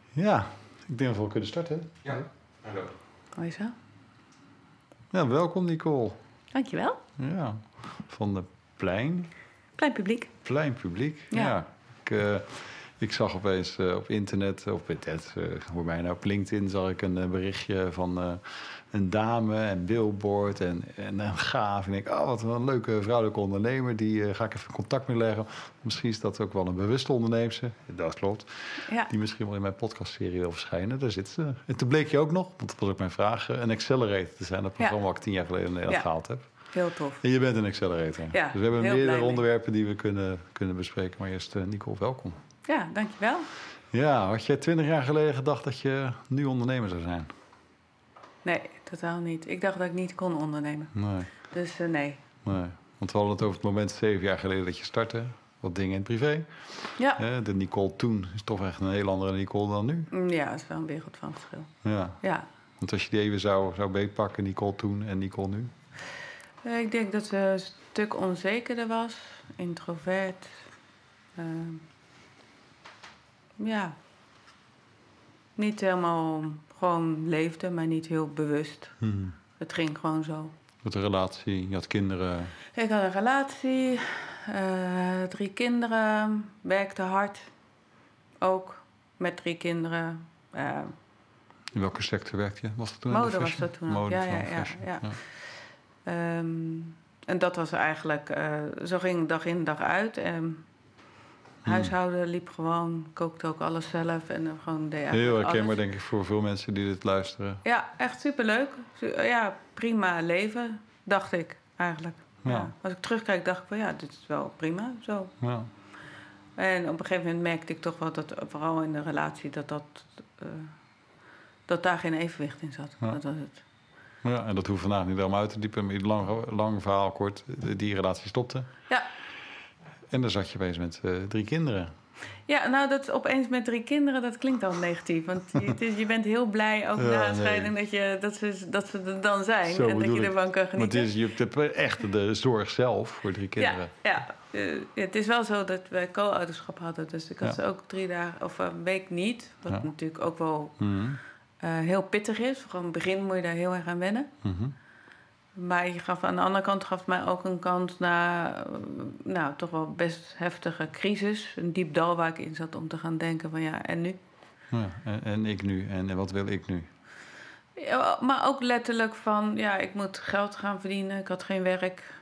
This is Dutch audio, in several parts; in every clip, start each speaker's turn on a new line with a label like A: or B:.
A: Ja, ik denk dat we wel kunnen starten.
B: Ja, hallo.
C: Hoi zo.
A: Ja, welkom Nicole.
C: Dankjewel.
A: Ja, van de plein.
C: Klein publiek.
A: Plein publiek.
C: Ja.
A: Ik zag opeens op internet, hoe mij nou op LinkedIn, zag ik een berichtje van een dame en billboard en een gaaf. En ik denk, wat een leuke vrouwelijke ondernemer. Die ga ik even contact mee leggen. Misschien is dat ook wel een bewuste onderneemster. Dat klopt.
C: Ja.
A: Die misschien wel in mijn podcastserie wil verschijnen. Daar zit ze. En toen bleek je ook nog, want dat was ook mijn vraag, een accelerator te zijn. Dat programma wat ik 10 jaar geleden in Nederland gehaald heb.
C: Heel tof.
A: En je bent een accelerator.
C: Ja,
A: dus we hebben
C: heel
A: meerdere
C: blij
A: onderwerpen die we kunnen bespreken. Maar eerst, Nicole, welkom.
C: Ja, dankjewel.
A: Ja, had jij 20 jaar geleden gedacht dat je nu ondernemer zou zijn?
C: Nee, totaal niet. Ik dacht dat ik niet kon ondernemen.
A: Nee.
C: Dus nee.
A: Want we hadden het over het moment 7 jaar geleden dat je startte. Wat dingen in het privé.
C: Ja.
A: De Nicole toen is toch echt een heel andere Nicole dan nu.
C: Ja, dat is wel een wereld van verschil.
A: Ja. Want als je die even zou beetpakken, Nicole toen en Nicole nu.
C: Ik denk dat ze een stuk onzekerder was. Introvert. Ja. Niet helemaal gewoon leefde, maar niet heel bewust. Het ging gewoon zo.
A: Met een relatie, je had kinderen.
C: Ik had een relatie, 3 kinderen, werkte hard. Ook met 3 kinderen.
A: In welke sector werkte je? Was dat toen?
C: Mode was dat toen ook.
A: Mode,
C: Ja. En dat was eigenlijk, zo ging dag in dag uit. Huishouden liep gewoon, kookte ook alles zelf en gewoon deed eigenlijk
A: heel herkenbaar,
C: alles.
A: denk ik, voor veel mensen die dit luisteren.
C: Ja, echt superleuk. Ja, prima leven, dacht ik eigenlijk. Ja. Als ik terugkijk, dacht ik van ja, dit is wel prima zo.
A: Ja.
C: En op een gegeven moment merkte ik toch wel dat, vooral in de relatie, dat daar geen evenwicht in zat.
A: Ja.
C: Dat was het.
A: Ja, en dat hoeft vandaag niet helemaal uit te diepen. Maar lang verhaal kort, die relatie stopte.
C: Ja.
A: En dan zat je opeens met 3 kinderen.
C: Ja, nou, dat opeens met 3 kinderen, dat klinkt al negatief. Want je bent heel blij, ook na een scheiding, dat ze er dan zijn.
A: Zo
C: en dat je ervan kan genieten.
A: Maar je hebt echt de zorg zelf voor 3 kinderen.
C: Ja. Het is wel zo dat wij co-ouderschap hadden. Dus ik had ze ook 3 dagen of een week niet. Wat natuurlijk ook wel heel pittig is. Vooral in het begin moet je daar heel erg aan wennen. Maar aan de andere kant gaf het mij ook een kans naar toch wel best heftige crisis. Een diep dal waar ik in zat om te gaan denken van ja, en nu?
A: Ja, en ik nu? En wat wil ik nu?
C: Ja, maar ook letterlijk van, ja, ik moet geld gaan verdienen. Ik had geen werk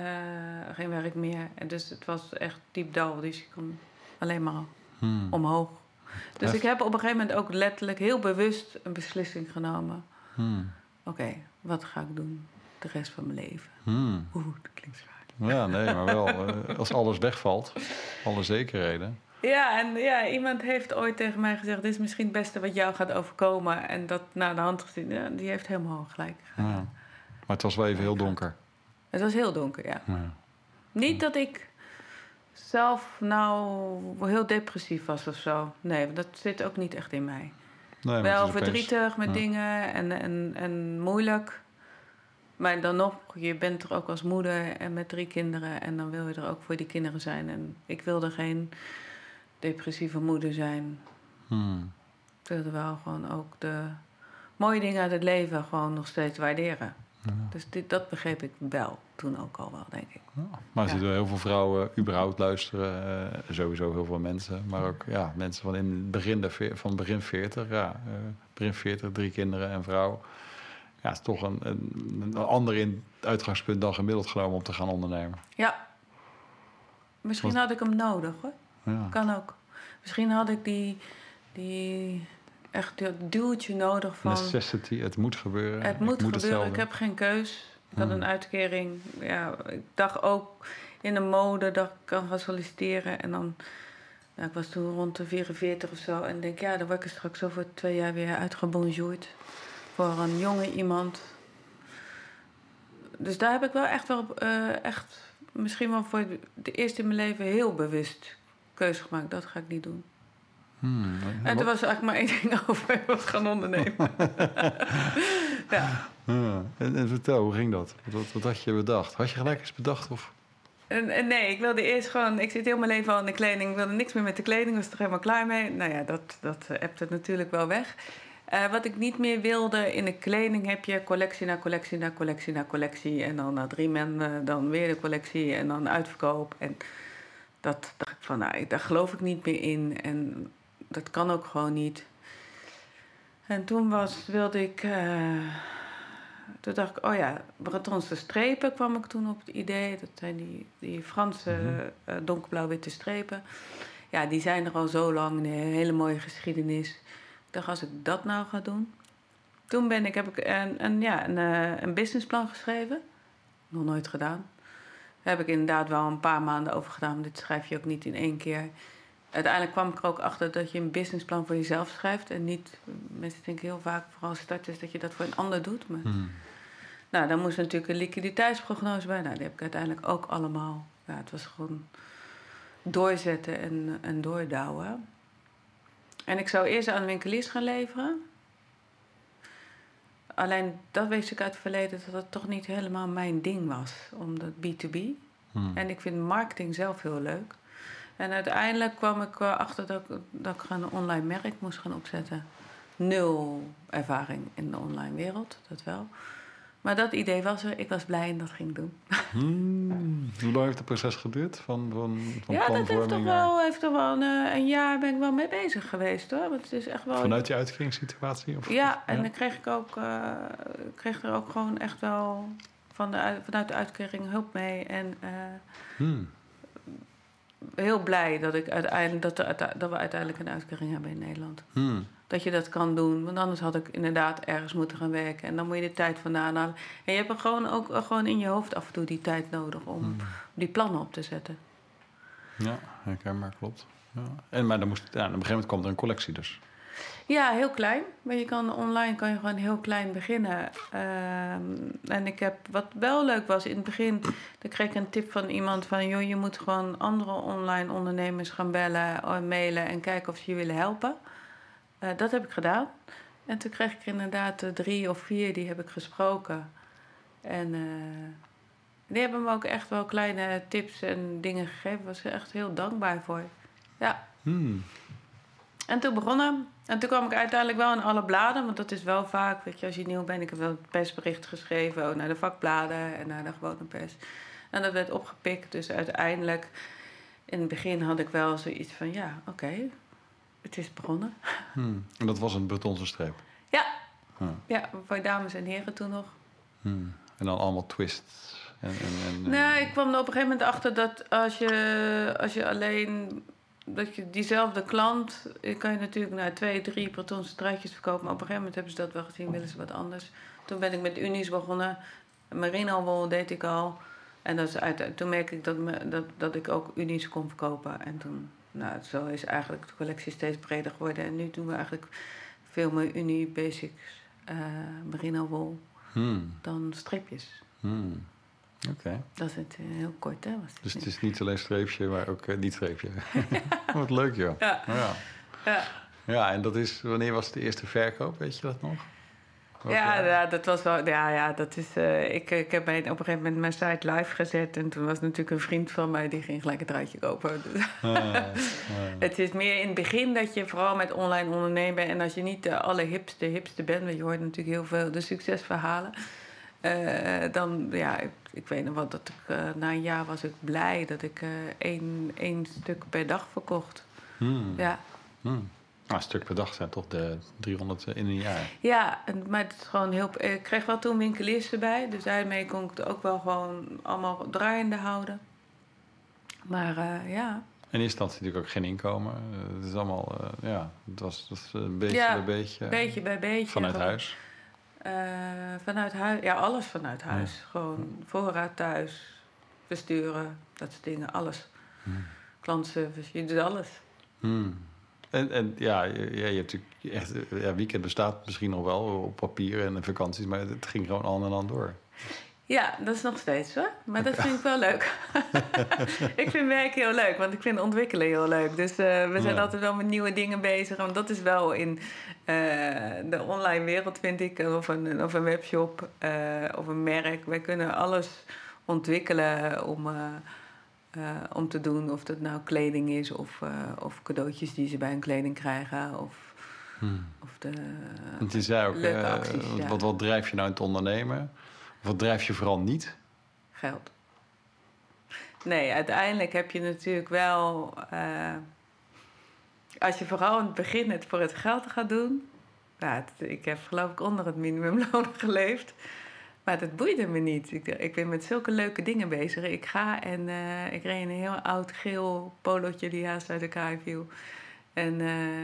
C: meer. En dus het was echt diep dal. Dus je kon alleen maar omhoog. Dus ik heb op een gegeven moment ook letterlijk heel bewust een beslissing genomen. Oké, wat ga ik doen de rest van mijn leven? Dat klinkt zwaar.
A: Ja, nee, maar wel. Als alles wegvalt, alle zekerheden.
C: Ja, en ja, iemand heeft ooit tegen mij gezegd, dit is misschien het beste wat jou gaat overkomen. En dat naar de hand gezien, ja, die heeft helemaal gelijk.
A: Ja. Maar het was wel even heel donker.
C: Het was heel donker, ja. Niet dat ik zelf nou heel depressief was of zo. Nee, dat zit ook niet echt in mij.
A: Nee,
C: wel verdrietig met dingen en moeilijk. Maar dan nog, je bent er ook als moeder en met 3 kinderen. En dan wil je er ook voor die kinderen zijn. En ik wilde geen depressieve moeder zijn. Ik wilde wel gewoon ook de mooie dingen uit het leven gewoon nog steeds waarderen. Dus dat begreep ik wel toen ook al wel, denk ik.
A: Maar er zitten heel veel vrouwen überhaupt luisteren. Sowieso heel veel mensen. Maar ook mensen van in het begin 40. Begin 40, 3 kinderen en vrouw. Ja, het is toch een ander uitgangspunt dan gemiddeld genomen om te gaan ondernemen.
C: Ja. Misschien had ik hem nodig, hoor.
A: Ja.
C: Kan ook. Misschien had ik die echt dat duwtje nodig van...
A: Necessity, het moet gebeuren.
C: Het moet gebeuren,
A: hetzelfde.
C: ik heb geen keus. Ik had een uitkering. Ja, ik dacht ook in de mode dat ik kan gaan solliciteren. En dan... Nou, ik was toen rond de 44 of zo. En denk, dan word ik er straks over 2 jaar weer uitgebonjourd. Voor een jonge iemand. Dus daar heb ik wel echt misschien wel voor de eerste in mijn leven heel bewust keuze gemaakt. Dat ga ik niet doen. En er was eigenlijk maar 1 ding over. Ik was gaan ondernemen.
A: Ja. En vertel, hoe ging dat? Wat had je bedacht? Had je gelijk eens bedacht? Of?
C: Nee, ik wilde eerst gewoon... Ik zit heel mijn leven al in de kleding. Ik wilde niks meer met de kleding. Was er helemaal klaar mee. Nou ja, dat hebt het natuurlijk wel weg. Wat ik niet meer wilde... In de kleding heb je collectie na collectie na collectie na collectie. En dan na 3 maanden dan weer de collectie. En dan uitverkoop. En dat dacht ik van... Nou, daar geloof ik niet meer in. En dat kan ook gewoon niet. En toen wilde ik... Toen dacht ik, oh ja, Bretonse strepen kwam ik toen op het idee. Dat zijn die Franse donkerblauw-witte strepen. Ja, die zijn er al zo lang. Een hele mooie geschiedenis. Ik dacht, als ik dat nou ga doen. Toen heb ik een businessplan geschreven. Nog nooit gedaan. Daar heb ik inderdaad wel een paar maanden over gedaan. Dit schrijf je ook niet in 1 keer. Uiteindelijk kwam ik er ook achter dat je een businessplan voor jezelf schrijft. En niet, mensen denken heel vaak, vooral starters, dat je dat voor een ander doet. Maar, nou, dan moest natuurlijk een liquiditeitsprognose bij. Nou, die heb ik uiteindelijk ook allemaal. Ja, het was gewoon doorzetten en doordouwen. En ik zou eerst aan winkeliers gaan leveren. Alleen dat wist ik uit het verleden dat dat toch niet helemaal mijn ding was. Omdat B2B. En ik vind marketing zelf heel leuk. En uiteindelijk kwam ik achter dat ik een online merk moest gaan opzetten. 0 ervaring in de online wereld, dat wel. Maar dat idee was er. Ik was blij en dat ging ik doen.
A: Hoe lang heeft het proces geduurd? Van
C: ja, dat heeft toch wel een jaar ben ik wel mee bezig geweest, hoor. Want het is echt wel...
A: Vanuit je uitkeringssituatie?
C: En dan kreeg er ook gewoon echt wel vanuit de uitkering hulp mee. En heel blij dat we uiteindelijk een uitkering hebben in Nederland. Dat je dat kan doen. Want anders had ik inderdaad ergens moeten gaan werken. En dan moet je de tijd vandaan halen. En je hebt gewoon in je hoofd af en toe die tijd nodig om die plannen op te zetten.
A: Ja, herkenbaar, klopt. Ja. Maar dan op een gegeven moment komt er een collectie dus.
C: Ja, heel klein. Maar online kan je gewoon heel klein beginnen. En wat wel leuk was, in het begin... dan kreeg ik een tip van iemand van... joh, je moet gewoon andere online ondernemers gaan bellen... mailen en kijken of ze je willen helpen. Dat heb ik gedaan. En toen kreeg ik inderdaad 3 of 4, die heb ik gesproken. En die hebben me ook echt wel kleine tips en dingen gegeven. Daar was ik echt heel dankbaar voor. Ja. En toen begonnen. En toen kwam ik uiteindelijk wel in alle bladen. Want dat is wel vaak, weet je, als je nieuw bent... ik heb wel het persbericht geschreven... ook naar de vakbladen en naar de gewone pers. En dat werd opgepikt. Dus uiteindelijk... in het begin had ik wel zoiets van... ja, oké, het is begonnen.
A: En dat was een Bretonse streep?
C: Ja. Ja, voor dames en heren toen nog.
A: En dan allemaal twists.
C: Nou, ik kwam er op een gegeven moment achter dat als je alleen... dat je diezelfde klant... kan je natuurlijk 2, 3 Bretonse truitjes verkopen... maar op een gegeven moment hebben ze dat wel gezien... willen ze wat anders. Toen ben ik met Unies begonnen. Merino wol deed ik al. En toen merkte ik dat ik ook Unies kon verkopen. En toen... Nou, zo is eigenlijk de collectie steeds breder geworden. En nu doen we eigenlijk veel meer Unie Basics, merino wol, dan streepjes.
A: Oké.
C: Dat is het heel kort, hè?
A: Dus het is niet alleen streepje, maar ook niet streepje. Wat leuk, joh. Ja, en wanneer was de eerste verkoop, weet je dat nog?
C: Ja, dat was wel... Ja, dat is... Ik heb op een gegeven moment mijn site live gezet... en toen was natuurlijk een vriend van mij... die ging gelijk een truitje kopen. Dus het is meer in het begin dat je vooral met online ondernemen bent... en als je niet de allerhipste bent... want je hoort natuurlijk heel veel de succesverhalen... dan, ja, ik weet nog wel dat ik... na een jaar was ik blij dat ik 1 stuk per dag verkocht. Ja.
A: Een stuk per dag zijn toch de 300 in een jaar.
C: Ja, maar het is gewoon heel... Ik kreeg wel toen winkeliers erbij. Dus daarmee kon ik het ook wel gewoon allemaal draaiende houden. Maar ja.
A: In eerste instantie natuurlijk ook geen inkomen. Het is allemaal... het was een beetje bij beetje.
C: Beetje bij beetje.
A: Vanuit huis?
C: Vanuit huis. Ja, alles vanuit huis. Ja. Gewoon voorraad thuis. Besturen. Dat soort dingen. Alles. Klantservice. Je doet alles.
A: En je hebt natuurlijk echt... weekend bestaat misschien nog wel op papier en vakanties... maar het ging gewoon al en aan door.
C: Ja, dat is nog steeds hoor. Maar dat vind ik wel leuk. Ik vind werk heel leuk, want ik vind ontwikkelen heel leuk. Dus we zijn altijd wel met nieuwe dingen bezig. Want dat is wel in de online wereld, vind ik. Of een webshop, of een merk. Wij kunnen alles ontwikkelen om te doen. Of dat nou kleding is of cadeautjes die ze bij hun kleding krijgen. Of de
A: Want je zei ook,
C: leuke acties.
A: wat drijf je nou in het ondernemen? Wat drijf je vooral niet?
C: Geld. Nee, uiteindelijk heb je natuurlijk wel... als je vooral in het begin het voor het geld gaat doen... Nou, ik heb geloof ik onder het minimumloon geleefd. Maar dat boeide me niet. Ik ben met zulke leuke dingen bezig. Ik ga en ik reed een heel oud geel polootje die haast uit elkaar viel. En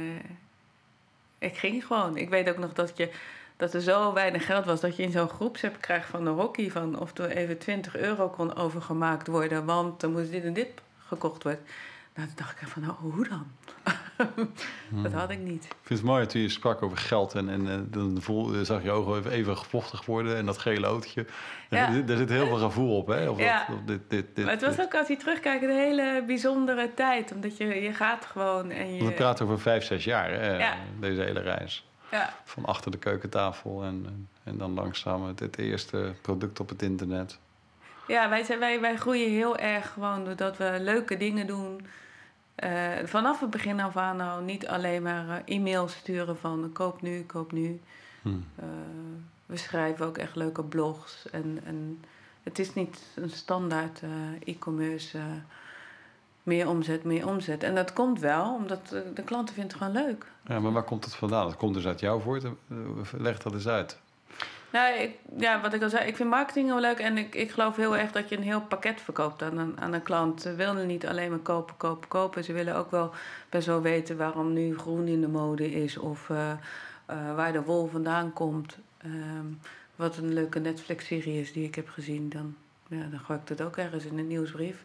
C: ik ging gewoon. Ik weet ook nog dat er zo weinig geld was... dat je in zo'n groepsapp krijgt van de hockey... van of er even €20 kon overgemaakt worden... want er moest dit en dit gekocht worden. Nou, toen dacht ik van, nou, hoe dan? Dat had ik niet.
A: Ik vind het mooi dat je sprak over geld... en dan zag je ogen even vochtig worden... en dat gele autootje. Ja. Daar zit heel veel gevoel op, hè? Of
C: ja.
A: dit,
C: maar het was ook, als je terugkijkt... een hele bijzondere tijd. Omdat je gaat gewoon en
A: We praten over 5, 6 jaar, hè?
C: Ja.
A: Deze hele reis.
C: Ja.
A: Van achter de keukentafel en dan langzaam het eerste product op het internet.
C: Ja, wij groeien heel erg gewoon doordat we leuke dingen doen. Vanaf het begin af aan nou niet alleen maar e-mails sturen van koop nu, koop nu. We schrijven ook echt leuke blogs. En het is niet een standaard e-commerce meer omzet. En dat komt wel, omdat de klanten vinden het gewoon leuk.
A: Ja, maar waar komt het vandaan? Dat komt dus uit jou voort. Leg dat eens uit.
C: Nou, wat ik al zei, ik vind marketing heel leuk. En ik geloof heel erg dat je een heel pakket verkoopt aan een klant. Ze willen niet alleen maar kopen. Ze willen ook wel best wel weten waarom nu groen in de mode is. Of waar de wol vandaan komt. Wat een leuke Netflix-serie is die ik heb gezien. Dan gooi ik dat ook ergens in een nieuwsbrief.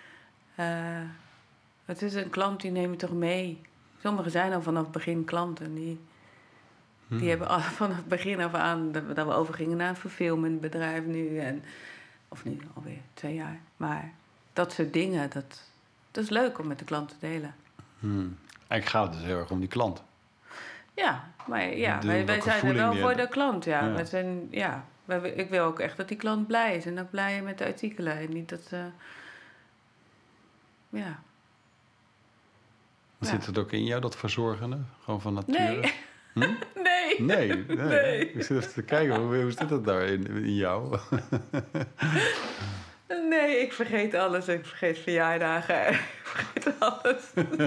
C: Het is een klant, die neem je toch mee. Sommigen zijn al vanaf het begin klanten. Die hebben al vanaf het begin af aan... dat we overgingen naar een verfilmmentbedrijf nu. Of nu alweer 2 jaar. Maar dat soort dingen, dat is leuk om met de klant te delen.
A: Eigenlijk gaat het dus heel erg om die klant.
C: Ja, maar wij zijn er wel voor de klant. Ja. Ik wil ook echt dat die klant blij is. En ook blij met de artikelen. En niet dat...
A: Zit het ook in jou, dat verzorgende? Gewoon van nature?
C: Nee. Nee.
A: Ik zit even te kijken, hoe zit dat daar in jou?
C: Nee, ik vergeet alles. Ik vergeet verjaardagen. Ik vergeet alles.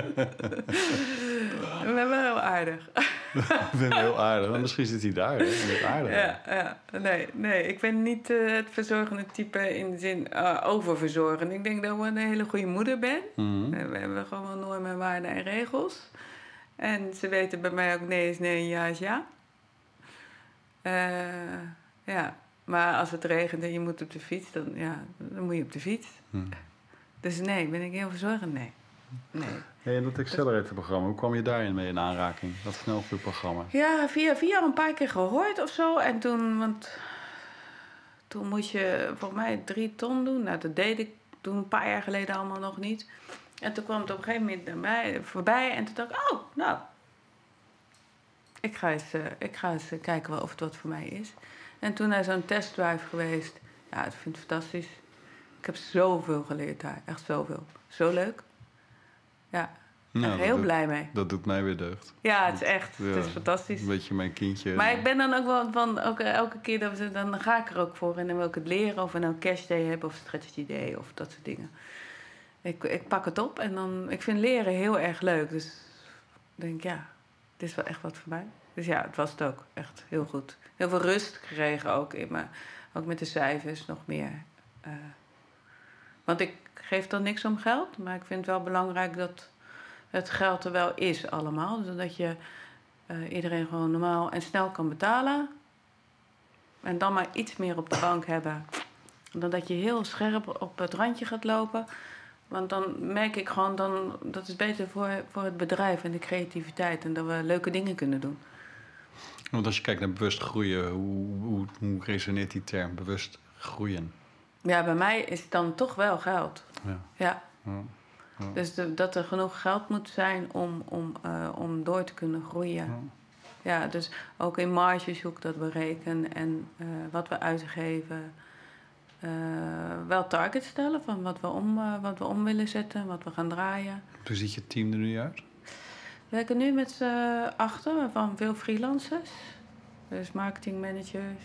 C: Ik ben wel heel aardig.
A: Ik ben heel aardig. Maar misschien zit hij daar, hè? Heel aardig.
C: Ja. Nee. Ik ben niet het verzorgende type in de zin oververzorgen. Ik denk dat ik een hele goede moeder ben. We hebben gewoon normen, waarden en regels. En ze weten bij mij ook nee is nee en ja is ja. Maar als het regent en je moet op de fiets, dan moet je op de fiets. Dus nee, ben ik heel verzorgend? Nee.
A: Hey, en dat Accelerator-programma, hoe kwam je daarin mee in aanraking? Dat snelgroeiprogramma?
C: Ja, via een paar keer gehoord of zo. En toen moest je volgens mij 3 ton doen. Nou, dat deed ik toen een paar jaar geleden allemaal nog niet. En toen kwam het op een gegeven moment voorbij. En toen dacht ik, oh, nou. Ik ga eens kijken of het wat voor mij is. En toen naar zo'n testdrive geweest. Ja, ik vind het fantastisch. Ik heb zoveel geleerd daar. Echt zoveel. Zo leuk. Ja,
A: nou,
C: heel blij mee.
A: Dat doet mij weer deugd.
C: Ja, het is echt. Het is fantastisch.
A: Een beetje mijn kindje.
C: Maar ik ben dan ook wel van... elke keer dan ga ik er ook voor. En dan wil ik het leren. Of we nou cash day hebben of strategy day. Of dat soort dingen. Ik pak het op. En dan... Ik vind leren heel erg leuk. Dus ik denk, dit is wel echt wat voor mij. Dus ja, het was het ook. Echt heel goed. Heel veel rust gekregen ook in me. Ook met de cijfers nog meer. Want ik geef dan niks om geld. Maar ik vind het wel belangrijk dat het geld er wel is allemaal. Zodat je iedereen gewoon normaal en snel kan betalen. En dan maar iets meer op de bank hebben. Dan dat je heel scherp op het randje gaat lopen. Want dan merk ik gewoon, dat is beter voor het bedrijf en de creativiteit. En dat we leuke dingen kunnen doen.
A: Want als je kijkt naar bewust groeien, hoe resoneert die term bewust groeien?
C: Ja, bij mij is het dan toch wel geld. Ja. Dus dat er genoeg geld moet zijn om door te kunnen groeien. Ja, dus ook in marges hoe ik dat bereken en wat we uitgeven. wel targets stellen van wat we om willen zetten, wat we gaan draaien.
A: Hoe ziet je team er nu uit?
C: We werken nu met z'n 8, waarvan veel freelancers. Dus marketingmanagers,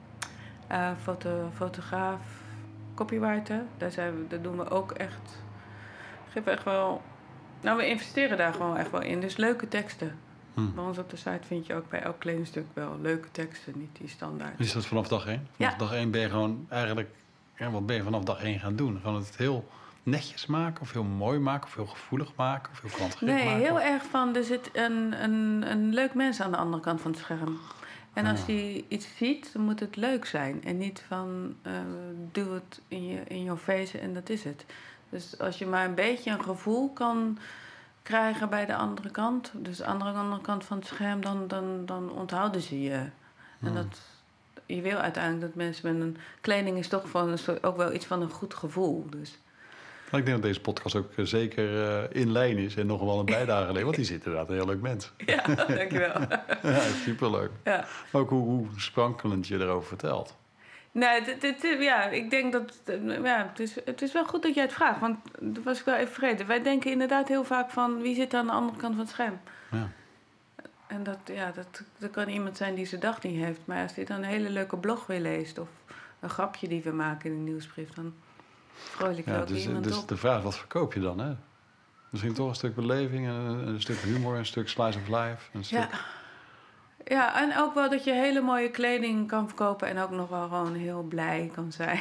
C: fotograaf, copywriter. Daar doen we ook echt... Geven echt wel... Nou, we investeren daar gewoon echt wel in. Dus leuke teksten. Bij ons op de site vind je ook bij elk kledingstuk wel leuke teksten, niet die standaard.
A: Is dat vanaf dag 1? Vanaf dag 1 ben je gewoon eigenlijk... Ja, wat ben je vanaf dag 1 gaan doen? Gewoon het heel netjes maken, of heel mooi maken, of heel gevoelig maken, of heel klantgericht maken?
C: Nee, heel erg van, er zit een leuk mens aan de andere kant van het scherm. En als die iets ziet, dan moet het leuk zijn. En niet van, duw het in je face en dat is het. Dus als je maar een beetje een gevoel kan krijgen bij de andere kant... dus aan de andere kant van het scherm, dan onthouden ze je. En je wil uiteindelijk dat mensen met een... Kleding is toch ook wel iets van een goed gevoel, dus...
A: Ik denk dat deze podcast ook zeker in lijn is en nog wel een bijdrage levert. Want die zit inderdaad een heel leuk mens.
C: Ja, dankjewel.
A: Ja, superleuk.
C: Ja.
A: Maar ook hoe sprankelend je erover vertelt.
C: Nee, ik denk dat... het is wel goed dat jij het vraagt. Want dat was ik wel even vergeten. Wij denken inderdaad heel vaak van... wie zit aan de andere kant van het scherm?
A: Ja.
C: En dat kan iemand zijn die zijn dag niet heeft. Maar als hij dan een hele leuke blog weer leest... of een grapje die we maken in een nieuwsbrief... dan vrolijk je ook iemand
A: dus
C: op.
A: de vraag, wat verkoop je dan, hè? Misschien toch een stuk beleving, een stuk humor, een stuk slice of life. Een stuk...
C: Ja, en ook wel dat je hele mooie kleding kan verkopen... en ook nog wel gewoon heel blij kan zijn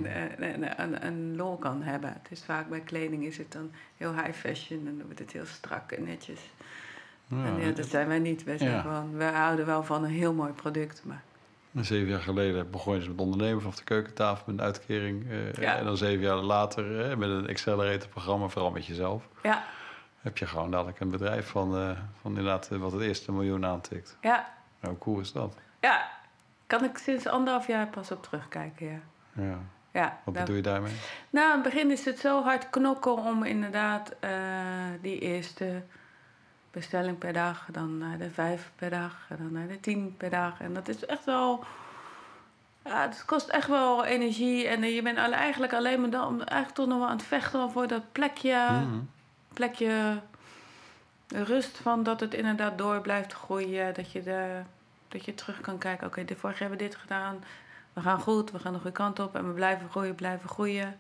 C: en lol kan hebben. Het is vaak bij kleding is het dan heel high fashion... en dan wordt het heel strak en netjes. En dat zijn wij niet. We houden wel van een heel mooi product, maar...
A: 7 jaar geleden begon je dus met ondernemen vanaf de keukentafel met een uitkering. En dan 7 jaar later met een Accelerator-programma, vooral met jezelf.
C: Ja.
A: Heb je gewoon dadelijk een bedrijf van inderdaad wat het eerste miljoen aantikt.
C: Ja.
A: Nou, hoe cool is dat?
C: Ja, kan ik sinds 1,5 jaar pas op terugkijken, ja.
A: Wat bedoel je daarmee?
C: Nou, in het begin is het zo hard knokken om inderdaad die eerste bestelling per dag, dan naar de 5 per dag, en dan naar de 10 per dag. En dat is echt wel... Ja, het kost echt wel energie. En je bent eigenlijk alleen maar eigenlijk toch nog wel aan het vechten voor dat plekje rust van dat het inderdaad door blijft groeien. Dat je terug kan kijken. Oké, vorig jaar hebben we dit gedaan. We gaan goed, we gaan de goede kant op. En we blijven groeien.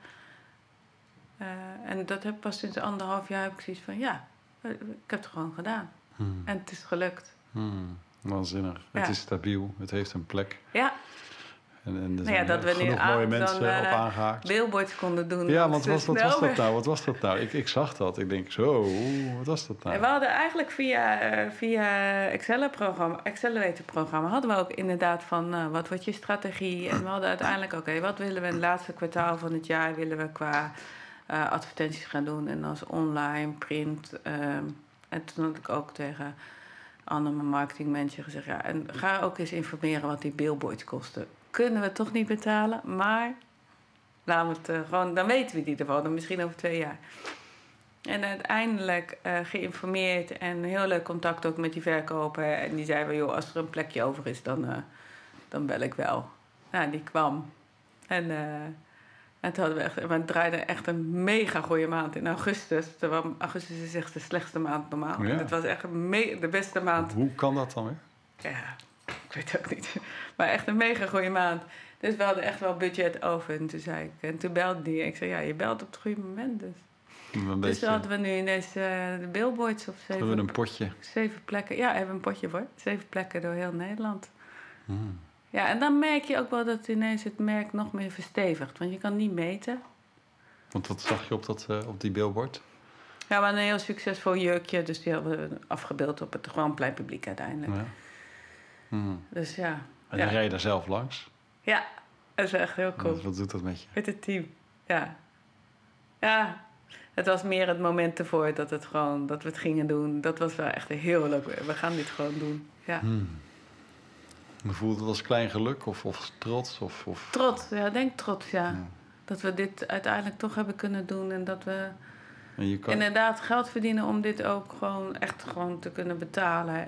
C: En dat heb ik pas sinds 1,5 jaar heb ik zoiets van... Ja, ik heb het gewoon gedaan. En het is gelukt.
A: Waanzinnig. Ja. Het is stabiel. Het heeft een plek.
C: Ja.
A: En er zijn
C: dat we nu
A: mooie mensen op aangehaakt.
C: Billboards konden doen.
A: Ja, want wat was dat nou? Ik zag dat. Ik denk zo, wat was dat nou?
C: En we hadden eigenlijk via Accelerator-programma... hadden we ook inderdaad van wat wordt je strategie? En we hadden uiteindelijk, wat willen we in het laatste kwartaal van het jaar... willen we qua advertenties gaan doen. En als online, print. En toen had ik ook tegen Anne, mijn marketingmanager, gezegd... Ja, en ga ook eens informeren wat die billboards kosten. Kunnen we toch niet betalen, maar laten we het gewoon... Dan weten we het in ieder geval, dan misschien over 2 jaar. En uiteindelijk geïnformeerd en heel leuk contact ook met die verkoper. En die zei, joh, als er een plekje over is, dan bel ik wel. Nou, die kwam. En toen hadden we draaiden echt een mega goede maand in augustus. Terwijl augustus is echt de slechtste maand normaal. Ja. Het was echt de beste maand.
A: Hoe kan dat dan weer?
C: Ja, ik weet het ook niet. Maar echt een mega goede maand. Dus we hadden echt wel budget over. En toen zei ik, en toen belde die. Ik zei, ja, je belt op het goede moment dus. Dus toen hadden we nu ineens de billboards op 7...
A: Hebben we een potje?
C: 7 plekken. Ja, hebben we een potje voor. 7 plekken door heel Nederland. Ja, en dan merk je ook wel dat ineens het merk nog meer verstevigt. Want je kan niet meten.
A: Want wat zag je op die billboard?
C: Ja, we hadden een heel succesvol jurkje. Dus die hebben we afgebeeld op het gewoon plein publiek uiteindelijk. Ja. Dus ja.
A: En dan rij je daar zelf langs?
C: Ja, dat is echt heel cool.
A: Wat doet dat met je?
C: Met het team, ja. Ja, het was meer het moment ervoor dat we het gingen doen. Dat was wel echt heel leuk. We gaan dit gewoon doen, ja.
A: Hoe voelde het als klein geluk of trots? Of...
C: Trots, ja, ik denk trots, ja. Dat we dit uiteindelijk toch hebben kunnen doen. En dat we inderdaad geld verdienen om dit ook gewoon echt gewoon te kunnen betalen.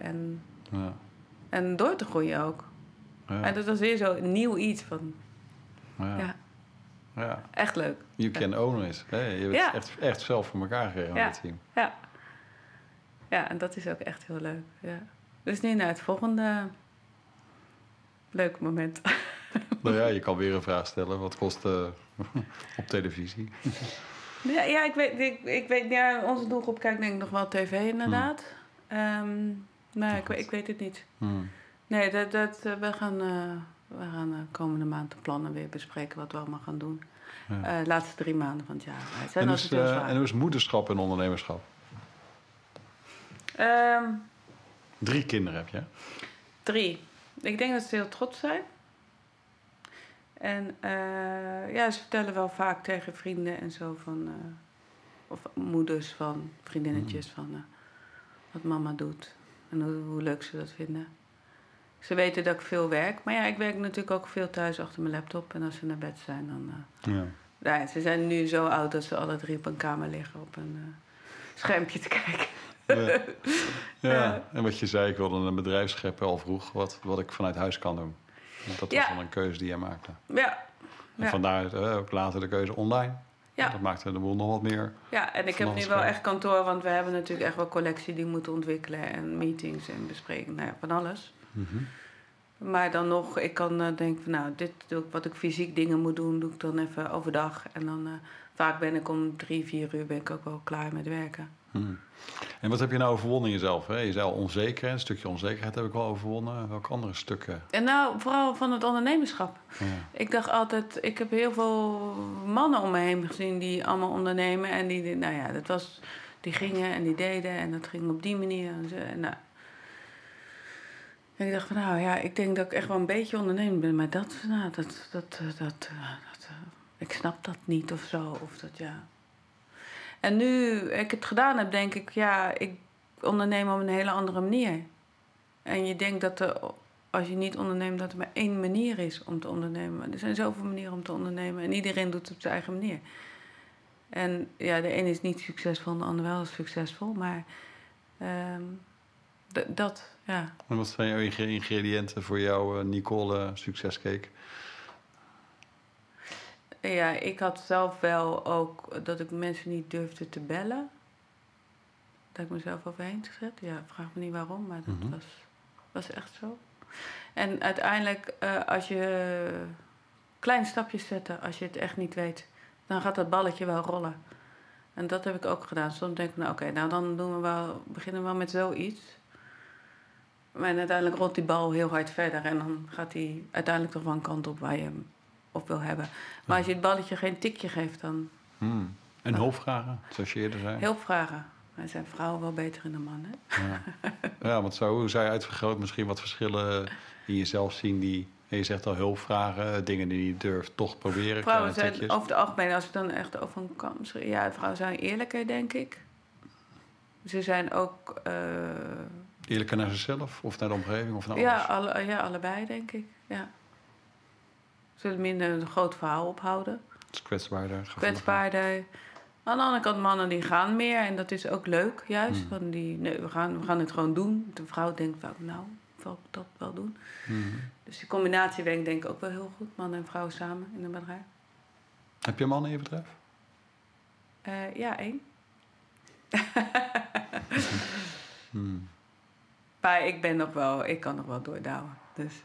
C: En door te groeien ook. Ja. En dat was weer zo nieuw iets van... Ja.
A: Ja.
C: Echt leuk.
A: You can own it. Hè? Je hebt het echt zelf voor elkaar gekregen met het team.
C: Ja. Ja, en dat is ook echt heel leuk. Ja. Dus nu naar het volgende leuke moment.
A: Nou ja, je kan weer een vraag stellen. Wat kost op televisie?
C: Ja, ik weet ja, onze doelgroep kijkt denk ik nog wel tv inderdaad. Nee, ik weet het niet. Nee, we gaan de komende maand de plannen weer bespreken wat we allemaal gaan doen.
A: Ja.
C: De laatste 3 maanden van het jaar. Het zijn
A: En,
C: altijd heel zwaar.
A: en hoe is moederschap en ondernemerschap? 3 kinderen heb je?
C: 3. Ik denk dat ze heel trots zijn. En ze vertellen wel vaak tegen vrienden en zo van... of moeders van vriendinnetjes van wat mama doet. En hoe leuk ze dat vinden. Ze weten dat ik veel werk. Maar ja, ik werk natuurlijk ook veel thuis achter mijn laptop. En als ze naar bed zijn, dan... Ja, ze zijn nu zo oud dat ze alle 3 op een kamer liggen op een schermpje te kijken. Ja.
A: En wat je zei, ik wilde een bedrijf scheppen al vroeg. Wat ik vanuit huis kan doen. Dat was dan een keuze die jij maakte.
C: Ja.
A: En vandaar ook later de keuze online.
C: Ja.
A: Dat maakte de boel nog wat meer.
C: Ja, en ik heb nu wel echt kantoor, want we hebben natuurlijk echt wel collectie die moeten ontwikkelen. En meetings en besprekingen, nou ja, van alles.
A: Mm-hmm.
C: Maar dan nog, ik kan denken van nou, dit doe ik, wat ik fysiek dingen moet doen, doe ik dan even overdag. En dan vaak ben ik om 3-4 uur ben ik ook wel klaar met werken.
A: En wat heb je nou overwonnen in jezelf? Hè? Je zei al onzeker, een stukje onzekerheid heb ik wel overwonnen. Welke andere stukken?
C: En nou, vooral van het ondernemerschap. Ja. Ik dacht altijd, ik heb heel veel mannen om me heen gezien die allemaal ondernemen. En die gingen en die deden en dat ging op die manier. En ik dacht van nou ja, ik denk dat ik echt wel een beetje ondernemer ben. Maar ik snap dat niet of zo. Of dat ja... En nu ik het gedaan heb, denk ik... ja, ik onderneem op een hele andere manier. En je denkt dat als je niet onderneemt... dat er maar 1 manier is om te ondernemen. Maar er zijn zoveel manieren om te ondernemen. En iedereen doet het op zijn eigen manier. En ja, de ene is niet succesvol... en de ander wel succesvol. Maar dat, ja.
A: En wat zijn jouw ingrediënten voor jouw Nicole succescake?
C: Ja, ik had zelf wel ook dat ik mensen niet durfde te bellen. Dat ik mezelf overheen gezet. Ja, vraag me niet waarom, maar dat was echt zo. En uiteindelijk, als je kleine stapjes zetten, als je het echt niet weet, dan gaat dat balletje wel rollen. En dat heb ik ook gedaan. Soms denk ik, nou oké, dan beginnen we wel met zoiets. Maar uiteindelijk rolt die bal heel hard verder en dan gaat hij uiteindelijk toch wel een kant op waar je hem op wil hebben. Maar als je het balletje geen tikje geeft, dan...
A: En hulpvragen, zoals je eerder zei?
C: Hulpvragen. Maar zijn vrouwen wel beter in dan mannen.
A: Ja, want hoe zou je uitvergroot misschien wat verschillen in jezelf zien die... Je zegt al hulpvragen, dingen die je niet durft, toch proberen.
C: Vrouwen zijn over het algemeen, als ik dan echt over een kam... Ja, vrouwen zijn eerlijker, denk ik. Ze zijn ook...
A: Eerlijker naar zichzelf of naar de omgeving of naar alles?
C: Ja, allebei, denk ik. Ja. Zullen minder een groot verhaal ophouden.
A: Het is kwetsbaarder.
C: Kwetsbaarder. Aan de andere kant, mannen die gaan meer. En dat is ook leuk, juist. Van we gaan het gewoon doen. De vrouw denkt vaak, nou, wil ik dat wel doen. Dus die combinatie werkt denk ik ook wel heel goed. Mannen en vrouwen samen in een bedrijf.
A: Heb je mannen in je bedrijf?
C: Ja, 1. Maar ik kan nog wel doordouwen. Dus.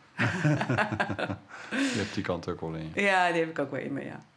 A: Je hebt die kant ook wel in je.
C: Ja, die heb ik ook wel in me, ja.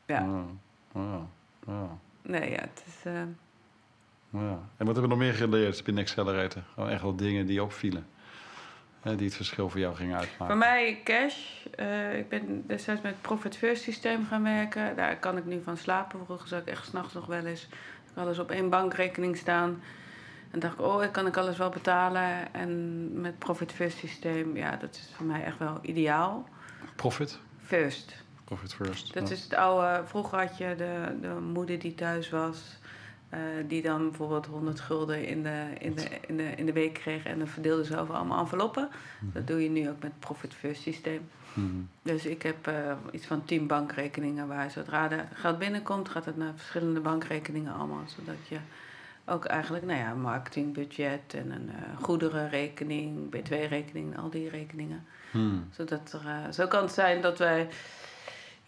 C: Nee, ja, het is...
A: Ja. En wat hebben we nog meer geleerd binnen Accelerator? Gewoon echt wel dingen die opvielen. Die het verschil voor jou gingen uitmaken.
C: Voor mij cash. Ik ben destijds met het Profit First systeem gaan werken. Daar kan ik nu van slapen. Vroeger zat ik echt 's nachts nog wel eens. Ik had alles op 1 bankrekening staan. En dacht ik, kan ik alles wel betalen. En met Profit First systeem, ja, dat is voor mij echt wel ideaal.
A: Profit
C: First. Dat is het oude... Vroeger had je de moeder die thuis was... die dan bijvoorbeeld 100 gulden in de week kreeg... en dan verdeelde ze over allemaal enveloppen. Dat doe je nu ook met het Profit First systeem. Dus ik heb iets van 10 bankrekeningen... waar zodra er geld binnenkomt... gaat het naar verschillende bankrekeningen allemaal. Zodat je ook eigenlijk, marketingbudget... en een goederenrekening, btw-rekening... al die rekeningen. Zodat zo kan het zijn dat wij...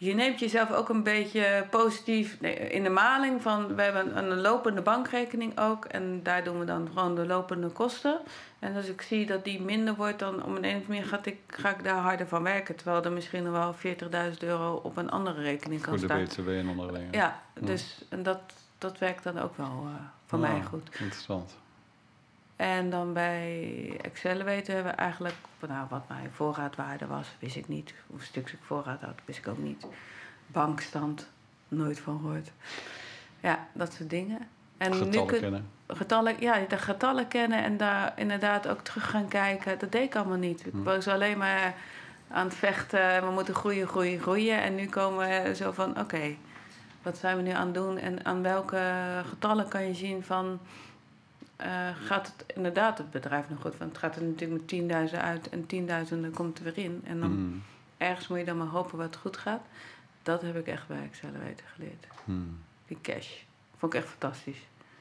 C: je neemt jezelf ook een beetje positief in de maling van... We hebben een lopende bankrekening ook. En daar doen we dan gewoon de lopende kosten. En als ik zie dat die minder wordt, dan om een of andere manier ga ik daar harder van werken. Terwijl er misschien nog wel €40.000 op een andere rekening kan staan.
A: Voor de BTW en andere dingen.
C: Ja, dus en dat werkt dan ook wel voor mij goed.
A: Interessant.
C: En dan bij Accelerator hebben we eigenlijk... Nou, wat mijn voorraadwaarde was, wist ik niet. Hoeveel stuks ik voorraad had, wist ik ook niet. Bankstand, nooit van gehoord. Ja, dat soort dingen. En
A: Getallen kennen.
C: De getallen kennen en daar inderdaad ook terug gaan kijken. Dat deed ik allemaal niet. Ik was alleen maar aan het vechten. We moeten groeien. En nu komen we zo van, oké, wat zijn we nu aan het doen? En aan welke getallen kan je zien van... gaat het inderdaad het bedrijf nog goed? Want het gaat er natuurlijk met 10.000 uit en 10.000 komt er weer in. En dan ergens moet je dan maar hopen wat goed gaat. Dat heb ik echt bij Accelerator geleerd. Die cash. Vond ik echt fantastisch.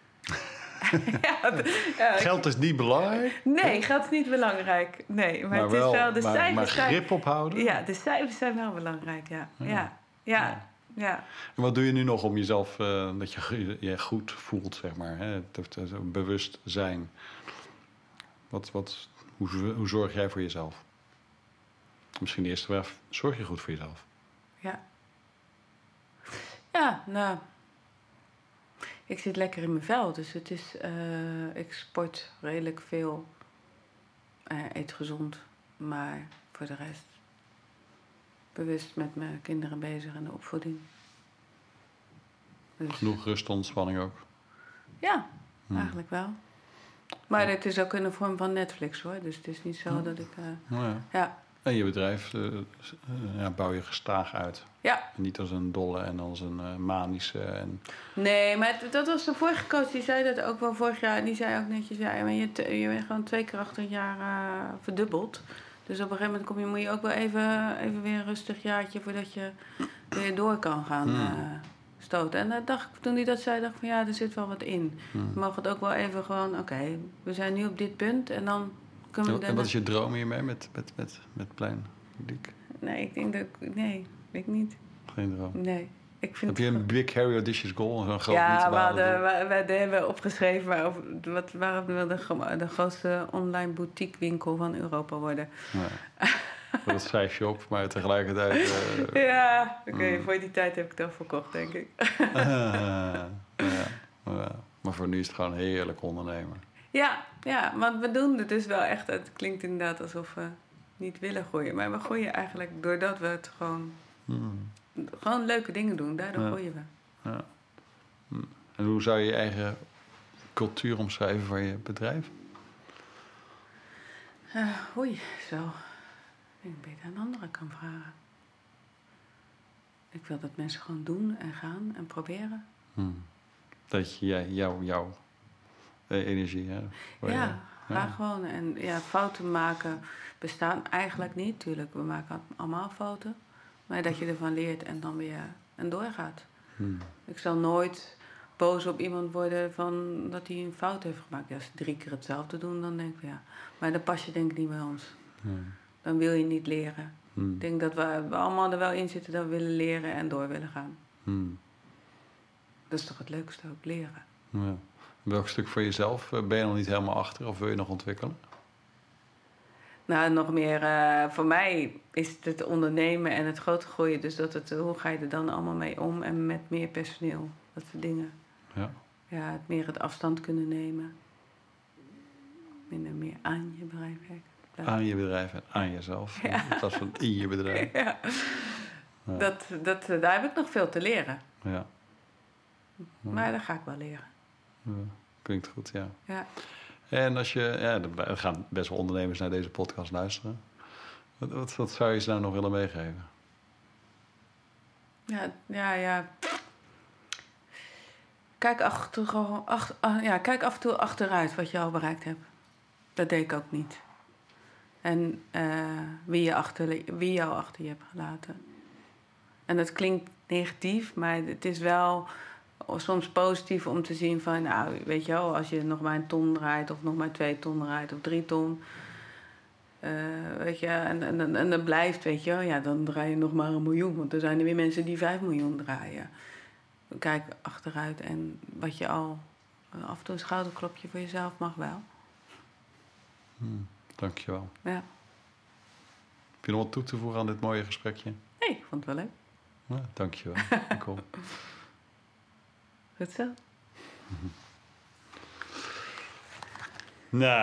A: Geld is niet belangrijk?
C: Nee, geld is niet belangrijk. Nee, maar het is wel de cijfers.
A: Maar grip ophouden?
C: Ja, de cijfers zijn wel belangrijk, ja.
A: En wat doe je nu nog om jezelf, dat je goed voelt, zeg maar, hè? Bewust zijn? Hoe zorg jij voor jezelf? Misschien eerst wel, zorg je goed voor jezelf?
C: Ja, nou... Ik zit lekker in mijn vel, dus het is... ik sport redelijk veel. Eet gezond, maar voor de rest... bewust met mijn kinderen bezig en de opvoeding. Dus,
A: genoeg rust, ontspanning ook?
C: Ja, eigenlijk wel. Maar het is ook in de vorm van Netflix, hoor. Dus het is niet zo dat ik...
A: En je bedrijf bouw je gestaag uit.
C: Ja.
A: Niet als een dolle en als een manische.
C: Nee, maar dat was de vorige coach. Die zei dat ook wel vorig jaar. En die zei ook netjes... Ja, maar je bent gewoon 2 keer achter een jaar verdubbeld. Dus op een gegeven moment moet je ook wel even weer een rustig jaartje... voordat je weer door kan gaan stoten. En toen hij dat zei, dacht ik van ja, er zit wel wat in. We mogen het ook wel even gewoon... Oké, we zijn nu op dit punt en dan...
A: En wat is je droom hiermee met Plein Publiek?
C: Nee, ik denk dat... Nee, ik niet.
A: Geen droom?
C: Nee.
A: Heb je een big, hairy, audacious goal? Zo'n groot
C: we hebben opgeschreven... waarom wil de grootste online boutique-winkel van Europa worden.
A: Ja. Dat schrijf je op, maar tegelijkertijd...
C: Voor die tijd heb ik het al verkocht, denk ik.
A: Maar voor nu is het gewoon heerlijk ondernemen.
C: Ja, want we doen het dus wel echt... Het klinkt inderdaad alsof we niet willen groeien. Maar we groeien eigenlijk doordat we het gewoon... Gewoon leuke dingen doen. Daardoor groeien we. Ja.
A: En hoe zou je je eigen cultuur omschrijven voor je bedrijf?
C: Zo. Ik beter aan anderen kan vragen. Ik wil dat mensen gewoon doen en gaan en proberen.
A: Dat je jouw energie...
C: Gewoon. En fouten maken bestaan eigenlijk niet. Tuurlijk, we maken allemaal fouten. Maar dat je ervan leert en dan weer en doorgaat. Ik zal nooit boos op iemand worden van dat hij een fout heeft gemaakt. Als ze 3 keer hetzelfde doen, dan denk ik maar dan pas je denk ik niet bij ons. Dan wil je niet leren. Ik denk dat we allemaal er wel in zitten dat we willen leren en door willen gaan. Dat is toch het leukste ook, leren.
A: Ja. Welk stuk voor jezelf ben je nog niet helemaal achter of wil je nog ontwikkelen?
C: Nou, nog meer voor mij is het ondernemen en het grote groeien. Dus hoe ga je er dan allemaal mee om en met meer personeel? Dat soort dingen. Ja, meer het afstand kunnen nemen. Minder meer aan je bedrijf werken.
A: Aan je bedrijf en aan jezelf. In plaats van in je bedrijf.
C: Ja. Daar heb ik nog veel te leren.
A: Ja.
C: Maar dat ga ik wel leren.
A: Klinkt goed,
C: ja.
A: En als je... er gaan best wel ondernemers naar deze podcast luisteren. Wat zou je ze nou nog willen meegeven?
C: Ja. Kijk af en toe achteruit wat je al bereikt hebt. Dat deed ik ook niet. En wie jou achter je hebt gelaten. En dat klinkt negatief, maar het is wel soms positief om te zien van... Nou, weet je wel, als je nog maar 1 ton draait of nog maar 2 ton draait of 3 ton... Weet je, en dat blijft, weet je, ja, dan draai je nog maar 1 miljoen. Want er zijn er weer mensen die 5 miljoen draaien. Kijk achteruit en wat je al... af en toe een schouderklopje voor jezelf mag wel.
A: Dankjewel.
C: Ja.
A: Heb je nog wat toe te voegen aan dit mooie gesprekje?
C: Nee, ik vond het wel leuk.
A: Ja, dankjewel. Cool.
C: Goed zo.
A: Nou...